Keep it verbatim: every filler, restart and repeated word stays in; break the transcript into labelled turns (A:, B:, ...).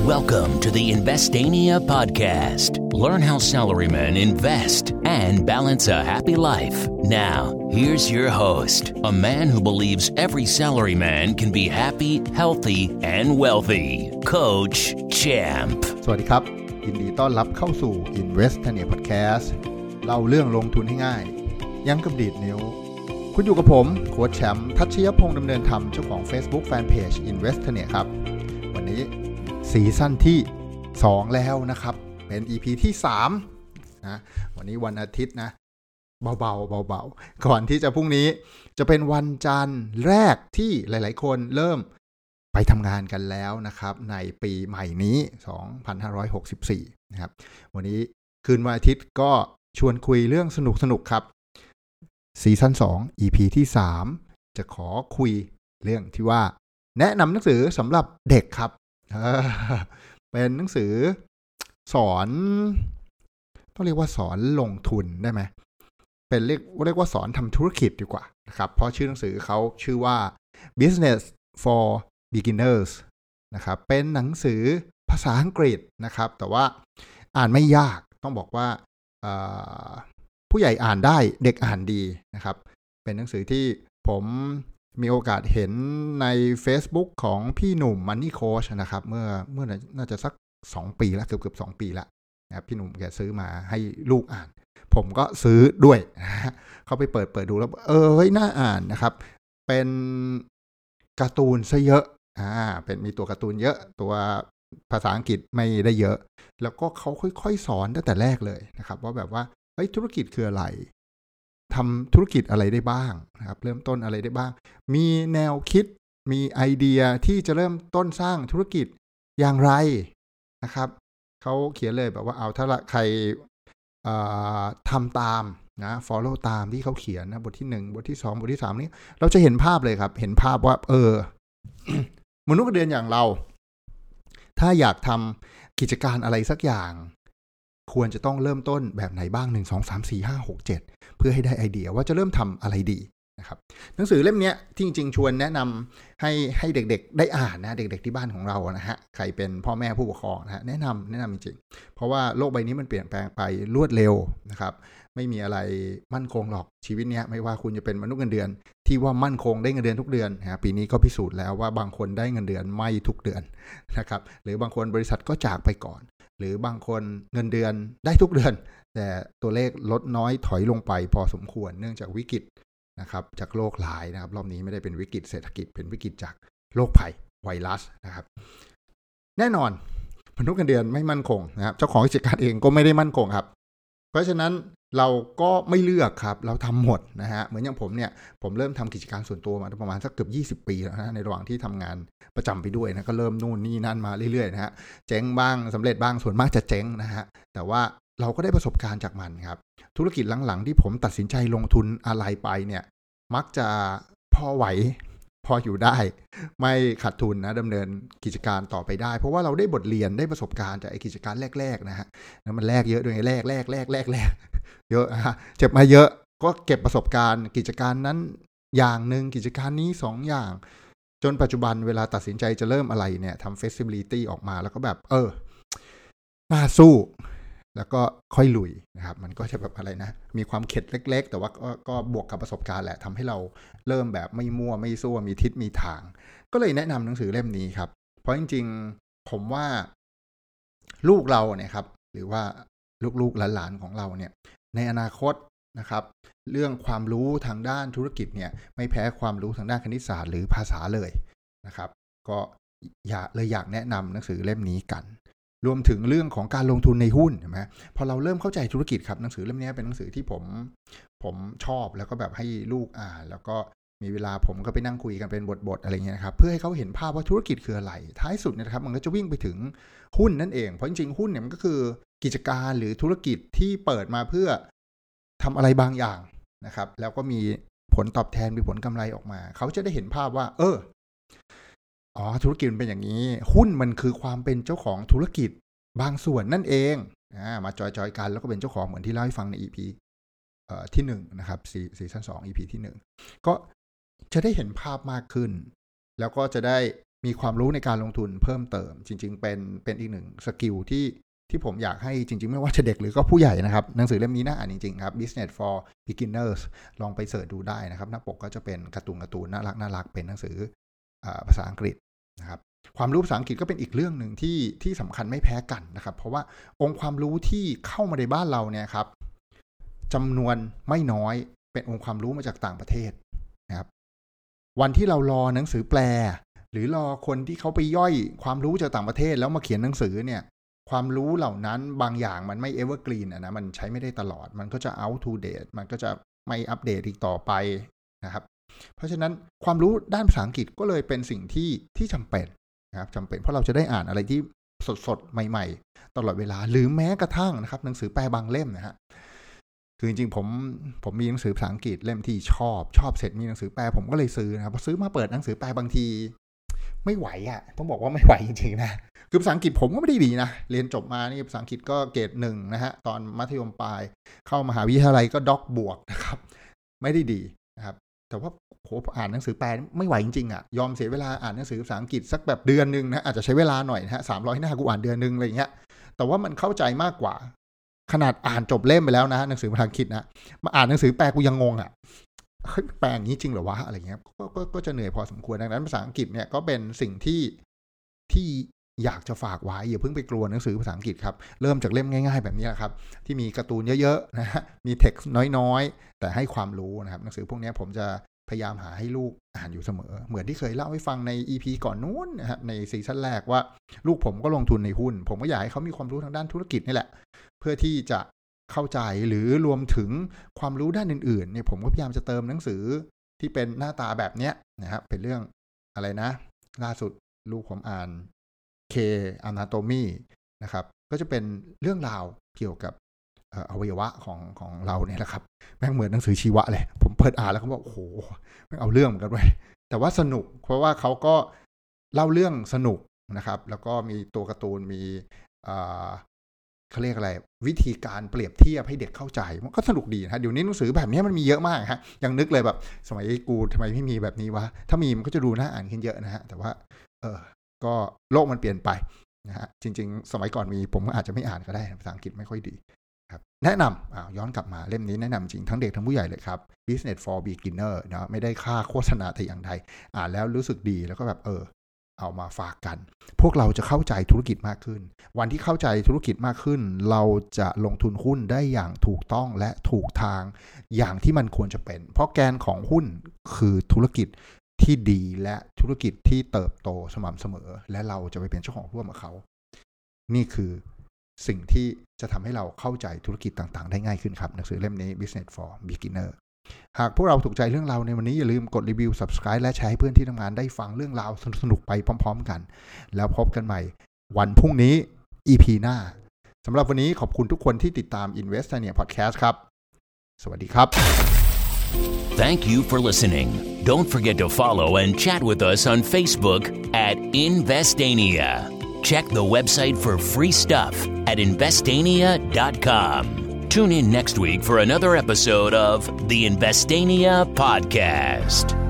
A: Welcome to the Investania podcast. Learn how salarymen invest and balance a happy life. Now, here's your host, a man who believes every salaryman can be happy, healthy, and wealthy, Coach Champ.
B: สวัสดีครับยินดีต้อนรับเข้าสู่ Investania podcast เล่าเรื่องลงทุนให้ง่ายยังกับดีดนิ้วคุณอยู่กับผมโค้ชแชมป์ทัชยพงษ์ดำเนินธรรมเจ้าของ Facebook Fanpage Investania ครับวันนี้ซีซั่นที่สองแล้วนะครับเป็น อี พี ที่สามนะวันนี้วันอาทิตย์นะเบาๆเบาๆก่อนที่จะพรุ่งนี้จะเป็นวันจันทร์แรกที่หลายๆคนเริ่มไปทำงานกันแล้วนะครับในปีใหม่นี้สองพันห้าร้อยหกสิบสี่นะครับวันนี้คืนวันอาทิตย์ก็ชวนคุยเรื่องสนุกๆครับซีซั่นสอง อี พี ที่สามจะขอคุยเรื่องที่ว่าแนะนำหนังสือสำหรับเด็กครับเป็นหนังสือสอนต้องเรียกว่าสอนลงทุนได้ไหมเป็นเรียกเรียกว่าสอนทำธุรกิจดีกว่านะครับเพราะชื่อหนังสือเขาชื่อว่า Business for Beginners นะครับเป็นหนังสือภาษาอังกฤษนะครับแต่ว่าอ่านไม่ยากต้องบอกว่าผู้ใหญ่อ่านได้เด็กอ่านดีนะครับเป็นหนังสือที่ผมมีโอกาสเห็นใน Facebook ของพี่หนุ่ม Money Coach นะครับเมื่อเมื่อน่าจะสักสองปีแล้วเกือบๆสองปีแล้วนะครับพี่หนุ่มแกซื้อมาให้ลูกอ่านผมก็ซื้อด้วยนะเขาไปเปิดเปิดดูแล้วเออเฮ้ยน่าอ่านนะครับเป็นการ์ตูนซะเยอะอ่าเป็นมีตัวการ์ตูนเยอะตัวภาษาอังกฤษไม่ได้เยอะแล้วก็เขาค่อยๆสอนตั้งแต่แรกเลยนะครับว่าแบบว่าเฮ้ยธุรกิจคืออะไรทำธุรกิจอะไรได้บ้างนะครับเริ่มต้นอะไรได้บ้างมีแนวคิดมีไอเดียที่จะเริ่มต้นสร้างธุรกิจอย่างไรนะครับเขาเขียนเลยแบบว่าเอาถ้าใครทำตามนะ follow ตามที่เขาเขียนนะบทที่หนึ่งบทที่สองบทที่สามนี้เราจะเห็นภาพเลยครับเห็นภาพว่าเออ มนุษย์เงินเดือนอย่างเราถ้าอยากทำกิจการอะไรสักอย่างควรจะต้องเริ่มต้นแบบไหนบ้างหนึ่ง สอง สาม สี่ ห้า หก เจ็ดเพื่อให้ได้ไอเดียว่าจะเริ่มทำอะไรดีนะครับหนังสือเล่มนี้ที่จริงๆชวนแนะนำให้ให้เด็กๆได้อ่านนะเด็กๆที่บ้านของเรานะฮะใครเป็นพ่อแม่ผู้ปกครองนะฮะแนะนำแนะนำจริงๆเพราะว่าโลกใบนี้มันเปลี่ยนแปลงไปรวดเร็วนะครับไม่มีอะไรมั่นคงหรอกชีวิตเนี้ยไม่ว่าคุณจะเป็นมนุษย์เงินเดือนที่ว่ามั่นคงได้เงินเดือนทุกเดือนนะปีนี้ก็พิสูจน์แล้วว่าบางคนได้เงินเดือนไม่ทุกเดือนนะครับหรือบางคนบริษัทก็จากไปก่อนหรือบางคนเงินเดือนได้ทุกเดือนแต่ตัวเลขลดน้อยถอยลงไปพอสมควรเนื่องจากวิกฤตนะครับจากโรคร้ายนะครับรอบนี้ไม่ได้เป็นวิกฤตเศรษฐกิจเป็นวิกฤตจากโรคภัยไวรัสนะครับแน่นอนมนุษย์เงินเดือนไม่มั่นคงนะครับเจ้าของกิจการเองก็ไม่ได้มั่นคงครับเพราะฉะนั้นเราก็ไม่เลือกครับเราทำหมดนะฮะเหมือนอย่างผมเนี่ยผมเริ่มทำกิจการส่วนตัวมาประมาณสักเกือบยี่สิบปีแล้วนะในระหว่างที่ทำงานประจำไปด้วยนะก็เริ่มนู่นนี่นั่นมาเรื่อยๆนะฮะเจ๊งบ้างสำเร็จบ้างส่วนมากจะเจ๊งนะฮะแต่ว่าเราก็ได้ประสบการณ์จากมันครับธุรกิจหลังๆที่ผมตัดสินใจลงทุนอะไรไปเนี่ยมักจะพอไหวพออยู่ได้ไม่ขาดทุนนะดำเนินกิจการต่อไปได้เพราะว่าเราได้บทเรียนได้ประสบการณ์จากไอ้กิจการแรกๆนะฮะแล้วมันแลกเยอะด้วยไงแลกแลกแลกแลกแลกเยอะฮะเจ็บมาเยอะก็เก็บประสบการณ์กิจการนั้นอย่างนึงกิจการนี้สองอย่างจนปัจจุบันเวลาตัดสินใจจะเริ่มอะไรเนี่ยทำ feasibility ออกมาแล้วก็แบบเออน่าสู้แล้วก็ค่อยลุยนะครับมันก็จะแบบอะไรนะมีความเข็ดเล็กๆแต่ว่าก็ก็บวกกับประสบการณ์แหละทำให้เราเริ่มแบบไม่มั่วไม่ซั่วมีทิศมีทางก็เลยแนะนำหนังสือเล่มนี้ครับเพราะจริงๆผมว่าลูกเราเนี่ยครับหรือว่าลูกๆหลานๆของเราเนี่ยในอนาคตนะครับเรื่องความรู้ทางด้านธุรกิจเนี่ยไม่แพ้ความรู้ทางด้านคณิตศาสตร์หรือภาษาเลยนะครับก็อยากเลยอยากแนะนำหนังสือเล่มนี้กันรวมถึงเรื่องของการลงทุนในหุ้นใช่ไหมพอเราเริ่มเข้าใจธุรกิจครับหนังสือเล่มนี้เป็นหนังสือที่ผมผมชอบแล้วก็แบบให้ลูกอ่านแล้วก็มีเวลาผมก็ไปนั่งคุยกันเป็นบทๆอะไรเงี้ยนะครับเพื่อให้เขาเห็นภาพว่าธุรกิจคืออะไรท้ายสุดนะครับมันก็จะวิ่งไปถึงหุ้นนั่นเองเพราะจริงๆหุ้นเนี่ยมันก็คือกิจการหรือธุรกิจที่เปิดมาเพื่อทำอะไรบางอย่างนะครับแล้วก็มีผลตอบแทนมีผลกำไรออกมาเขาจะได้เห็นภาพว่าเอออ๋อธุรกิจมันเป็นอย่างนี้หุ้นมันคือความเป็นเจ้าของธุรกิจบางส่วนนั่นเองอ่ามาจอยๆกันแล้วก็เป็นเจ้าของเหมือนที่เล่าให้ฟังใน อี พี เอ่อที่หนึ่งนะครับซีซั่นสอง อี พี ที่หนึ่งก็จะได้เห็นภาพมากขึ้นแล้วก็จะได้มีความรู้ในการลงทุนเพิ่มเติมจริงๆเป็นเป็นอีกหนึ่งสกิลที่ที่ผมอยากให้จริงๆไม่ว่าจะเด็กหรือก็ผู้ใหญ่นะครับหนังสือเล่มนี้น่าอ่านจริงๆครับ Business for Beginners ลองไปเสิร์ชดูได้นะครับหน้าปกก็จะเป็นการ์ตูนการ์ตูนน่ารักน่ารักเป็นหนังสือภาษาอังกฤษนะครับความรู้ภาษาอังกฤษก็เป็นอีกเรื่องหนึ่งที่ที่สำคัญไม่แพ้กันนะครับเพราะว่าองค์ความรู้ที่เข้ามาในบ้านเราเนี่ยครับจำนวนไม่น้อยเป็นองค์ความรู้มาจากต่างประเทศนะครับวันที่เรารอหนังสือแปลหรือรอคนที่เขาไปย่อยความรู้จากต่างประเทศแล้วมาเขียนหนังสือเนี่ยความรู้เหล่านั้นบางอย่างมันไม่ evergreen อ่ะนะมันใช้ไม่ได้ตลอดมันก็จะ out to date มันก็จะไม่อัปเดตอีกต่อไปนะครับเพราะฉะนั้นความรู้ด้านภาษาอังกฤษก็เลยเป็นสิ่งที่ที่จำเป็นนะครับจำเป็นเพราะเราจะได้อ่านอะไรที่สดๆใหม่ๆตลอดเวลาหรือแม้กระทั่งนะครับหนังสือแปลบางเล่มนะฮะคือจริงๆผมผมมีหนังสือภาษาอังกฤษเล่มที่ชอบชอบเสร็จมีหนังสือแปลผมก็เลยซื้อนะครับพอซื้อมาเปิดหนังสือแปลบางทีไม่ไหวอ่ะต้องบอกว่าไม่ไหวจริงๆนะคือภาษาอังกฤษผมก็ไม่ได้ดีนะเรียนจบมานี่ภาษาอังกฤษก็เกรดหนึ่งนะฮะตอนมัธยมปลายเข้ามหาวิทยาลัยก็ด็อกบวกนะครับไม่ได้ดีนะครับแต่ว่าโหอ่านหนังสือแปลไม่ไหวจริงๆอ่ะยอมเสียเวลาอ่านหนังสือภาษาอังกฤษสักแบบเดือนนึงนะอาจจะใช้เวลาหน่อยนะฮะสามร้อยหน้ากูอ่านเดือนนึงอะไรอย่างเงี้ยแต่ว่ามันเข้าใจมากกว่าขนาดอ่านจบเล่มไปแล้วนะหนังสือภาษาอังกฤษนะมาอ่านหนังสือแปลกูยังงงอ่ะเฮ้ยแปลอย่างนี้จริงเหรอวะอะไรเงี้ยก็ก็ก็จะเหนื่อยพอสมควรดังนั้นภาษาอังกฤษเนี่ยก็เป็นสิ่งที่ที่อยากจะฝากไว้อย่าเพิ่งไปกลัวหนังสือภาษาอังกฤษครับเริ่มจากเล่มง่ายๆแบบนี้แหละครับที่มีการ์ตูนเยอะๆนะฮะมีเท็กซ์น้อยๆแต่ให้ความรู้นะครับหนังสือพวกนี้ผมจะพยายามหาให้ลูกอ่านอยู่เสมอเหมือนที่เคยเล่าให้ฟังใน อี พี ก่อนนู้นนะครับในซีซั่นแรกว่าลูกผมก็ลงทุนในหุ้นผมก็อยากให้เขามีความรู้ทางด้านธุรกิจนี่แหละเพื่อที่จะเข้าใจหรือรวมถึงความรู้ด้านอื่นๆเนี่ยผมก็พยายามจะเติมหนังสือที่เป็นหน้าตาแบบเนี้ยนะครับเป็นเรื่องอะไรนะล่าสุดลูกผมอ่าน K Anatomy นะครับก็จะเป็นเรื่องราวเกี่ยวกับอวัยวะของของเราเนี่ยแหละครับแม่งเหมือนหนังสือชีวะเลยผมเปิดอ่านแล้วเขาบอกโอ้โหแม่งเอาเรื่องเหมือนกันเว้ยแต่ว่าสนุกเพราะว่าเขาก็เล่าเรื่องสนุกนะครับแล้วก็มีตัวการ์ตูนมีเขาเรียกอะไรวิธีการเปรียบเทียบให้เด็กเข้าใจมันก็สนุกดีนะเดี๋ยวนี้หนังสือแบบนี้มันมีเยอะมากฮะยังนึกเลยแบบสมัยกูทำไมไม่มีแบบนี้วะถ้ามีมันก็จะดูน่าอ่านขึ้นเยอะนะฮะแต่ว่าเออก็โลกมันเปลี่ยนไปนะฮะจริงๆสมัยก่อนมีผมก็อาจจะไม่อ่านก็ได้ภาษาอังกฤษไม่ค่อยดีครับแนะนำอ่าย้อนกลับมาเล่มนี้แนะนำจริงทั้งเด็กทั้งผู้ใหญ่เลยครับ Business for Beginner นะไม่ได้ค่าโฆษณาแต่อย่างใดอ่านแล้วรู้สึกดีแล้วก็แบบเออเอามาฝากกันพวกเราจะเข้าใจธุรกิจมากขึ้นวันที่เข้าใจธุรกิจมากขึ้นเราจะลงทุนหุ้นได้อย่างถูกต้องและถูกทางอย่างที่มันควรจะเป็นเพราะแกนของหุ้นคือธุรกิจที่ดีและธุรกิจที่เติบโตสม่ำเสมอและเราจะไปเป็นเจ้าของร่วมกับเขานี่คือสิ่งที่จะทำให้เราเข้าใจธุรกิจต่างๆได้ง่ายขึ้นครับหนังสือเล่มนี้ Business for Beginner หากพวกเราถูกใจเรื่องราวในวันนี้อย่าลืมกดรีวิว Subscribe และแชร์ให้เพื่อนที่ทำงานได้ฟังเรื่องราวสนุกๆไปพร้อมๆกันแล้วพบกันใหม่วันพรุ่งนี้ อี พี หน้าสำหรับวันนี้ขอบคุณทุกคนที่ติดตาม Investania Podcast ครับสวัสดีครับ
A: Thank you for listening. Don't forget to follow and chat with us on Facebook at Investania. Check the website for free stuff at investania dot com. Tune in next week for another episode of the Investania Podcast.